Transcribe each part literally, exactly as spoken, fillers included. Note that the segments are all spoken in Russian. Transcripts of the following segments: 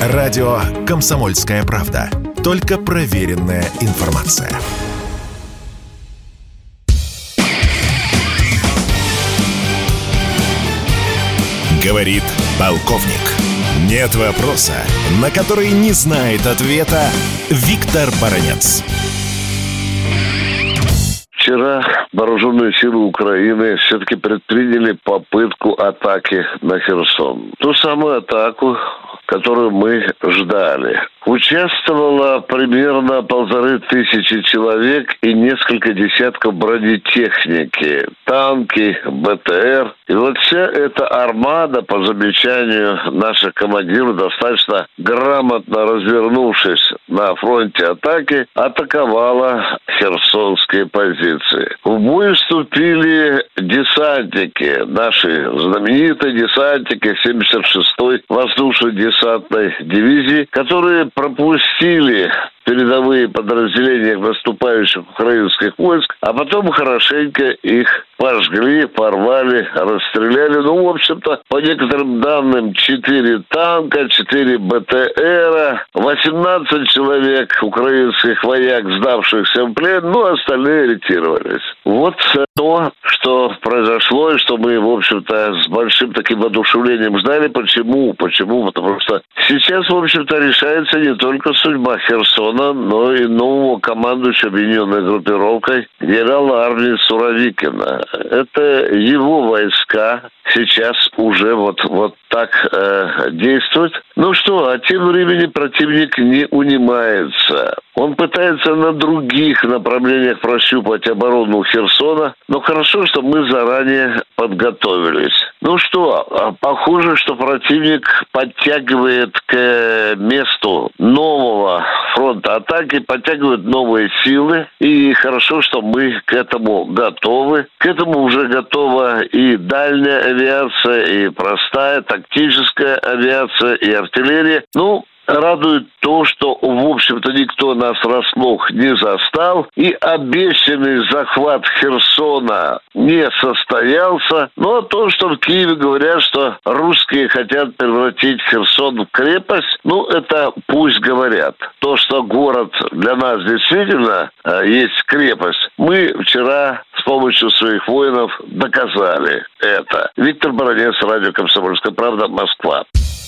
Радио «Комсомольская правда». Только проверенная информация. Говорит полковник. Нет вопроса, на который не знает ответа Виктор Баранец. Вчера вооруженные силы Украины все-таки предприняли попытку атаки на Херсон. Ту самую атаку, которую мы ждали. Участвовало примерно полторы тысячи человек и несколько десятков бронетехники, танки, БТР. И вот вся эта армада, по замечанию наших командиров, достаточно грамотно развернувшись на фронте атаки, атаковала херсонские позиции. В бой вступили десантники, наши знаменитые десантники семьдесят шестой воздушно-десантной дивизии, которые пропустили передовые подразделения наступающих украинских войск, а потом хорошенько их пожгли, порвали, расстреляли. Ну, в общем-то, по некоторым данным, четыре танка, четыре БТРа, восемнадцать человек украинских вояк, сдавшихся в плен, ну, остальные ретировались. Вот то, что произошло, и что мы, в общем-то, с большим таким воодушевлением ждали. Почему? Почему? Потому что сейчас, в общем-то, решается не только судьба Херсона, но и нового командующего объединенной группировкой генерала армии Суровикина. Это его войска сейчас уже вот, вот так э, действуют. Ну что, а тем временем противник не унимается. Он пытается на других направлениях прощупать оборону Херсона, но хорошо, что мы заранее подготовились. Ну что, похоже, что противник подтягивает к месту нового фронта атаки, подтягивает новые силы, и хорошо, что мы к этому готовы. К этому уже готова и дальняя авиация, и простая тактическая авиация, и артиллерия. Ну, радует то, что, в общем-то, никто нас врасплох не застал, и обещанный захват Херсона не состоялся. Но то, что в Киеве говорят, что русские хотят превратить Херсон в крепость, ну, это пусть говорят. То, что город для нас действительно э, есть крепость, мы вчера с помощью своих воинов доказали это. Виктор Баранец, радио «Комсомольская правда», Москва.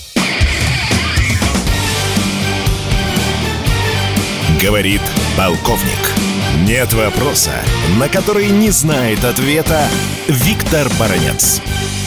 Говорит полковник. Нет вопроса, на который не знает ответа Виктор Баранец.